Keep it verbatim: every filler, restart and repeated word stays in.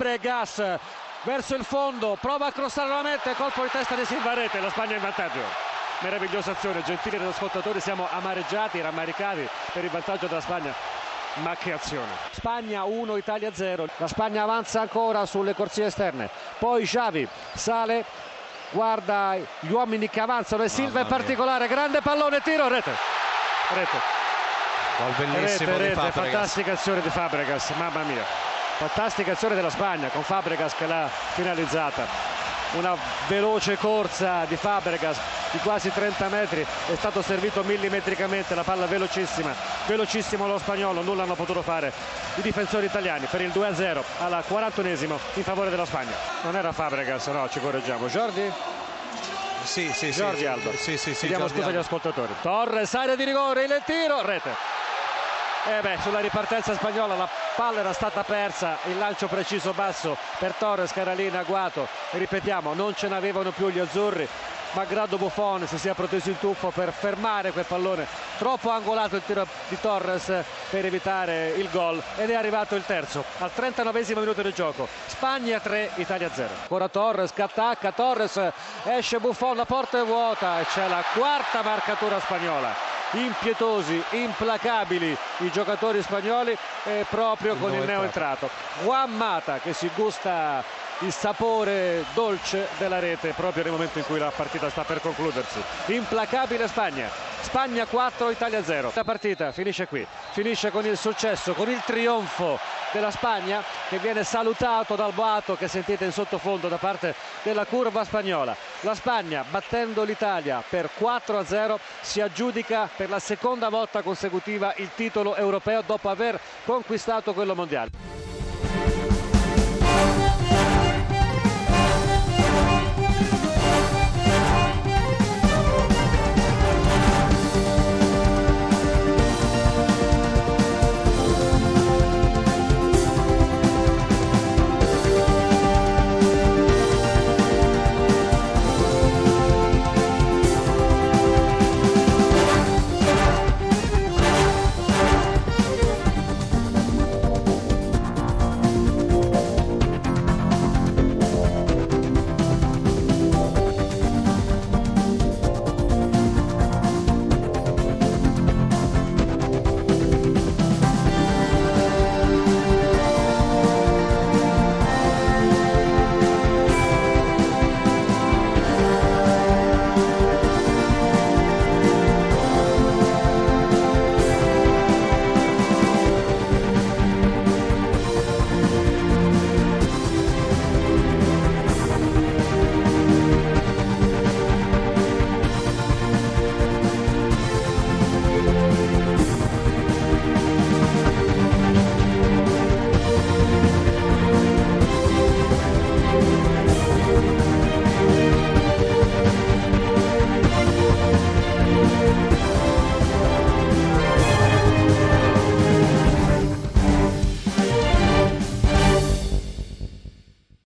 Fabregas verso il fondo, prova a crossare nuovamente, colpo di testa di Silva, rete, la Spagna in vantaggio. Meravigliosa azione, gentili ascoltatori, siamo amareggiati, rammaricati per il vantaggio della Spagna. Ma che azione! Spagna uno, Italia zero. La Spagna avanza ancora sulle corsie esterne. Poi Xavi sale, guarda gli uomini che avanzano e Silva in particolare. Grande pallone, tiro, rete. Rete. Gol bellissimo rete, di rete. Fabregas. Fantastica azione di Fabregas, mamma mia. Fantastica azione della Spagna con Fabregas che l'ha finalizzata. Una veloce corsa di Fabregas di quasi trenta metri, è stato servito millimetricamente, la palla velocissima, velocissimo lo spagnolo, nulla hanno potuto fare i difensori italiani per il due a zero al quarantunesimo in favore della Spagna. Non era Fabregas, no, ci correggiamo. Jordi? Sì, sì, Jordi sì. Alba. Sì, sì, sì, Chiediamo Jordi scusa agli Alba. ascoltatori. Torres, area di rigore, il tiro, rete. E beh, sulla ripartenza spagnola la palla era stata persa, il lancio preciso basso per Torres che era lì in agguato. E ripetiamo, non ce n'avevano più gli azzurri, malgrado Buffon si sia proteso il tuffo per fermare quel pallone troppo angolato, il tiro di Torres per evitare il gol, ed è arrivato il terzo al trentanovesimo minuto di gioco. Spagna tre, Italia zero. Ancora Torres che attacca, Torres, esce Buffon, la porta è vuota e c'è la quarta marcatura spagnola. Impietosi, implacabili i giocatori spagnoli, e proprio con il neoentrato Juan Mata che si gusta il sapore dolce della rete proprio nel momento in cui la partita sta per concludersi. Implacabile Spagna, Spagna quattro, Italia zero. La partita finisce qui, finisce con il successo, con il trionfo della Spagna che viene salutato dal boato che sentite in sottofondo da parte della curva spagnola. La Spagna, battendo l'Italia per quattro a zero, si aggiudica per la seconda volta consecutiva il titolo europeo dopo aver conquistato quello mondiale.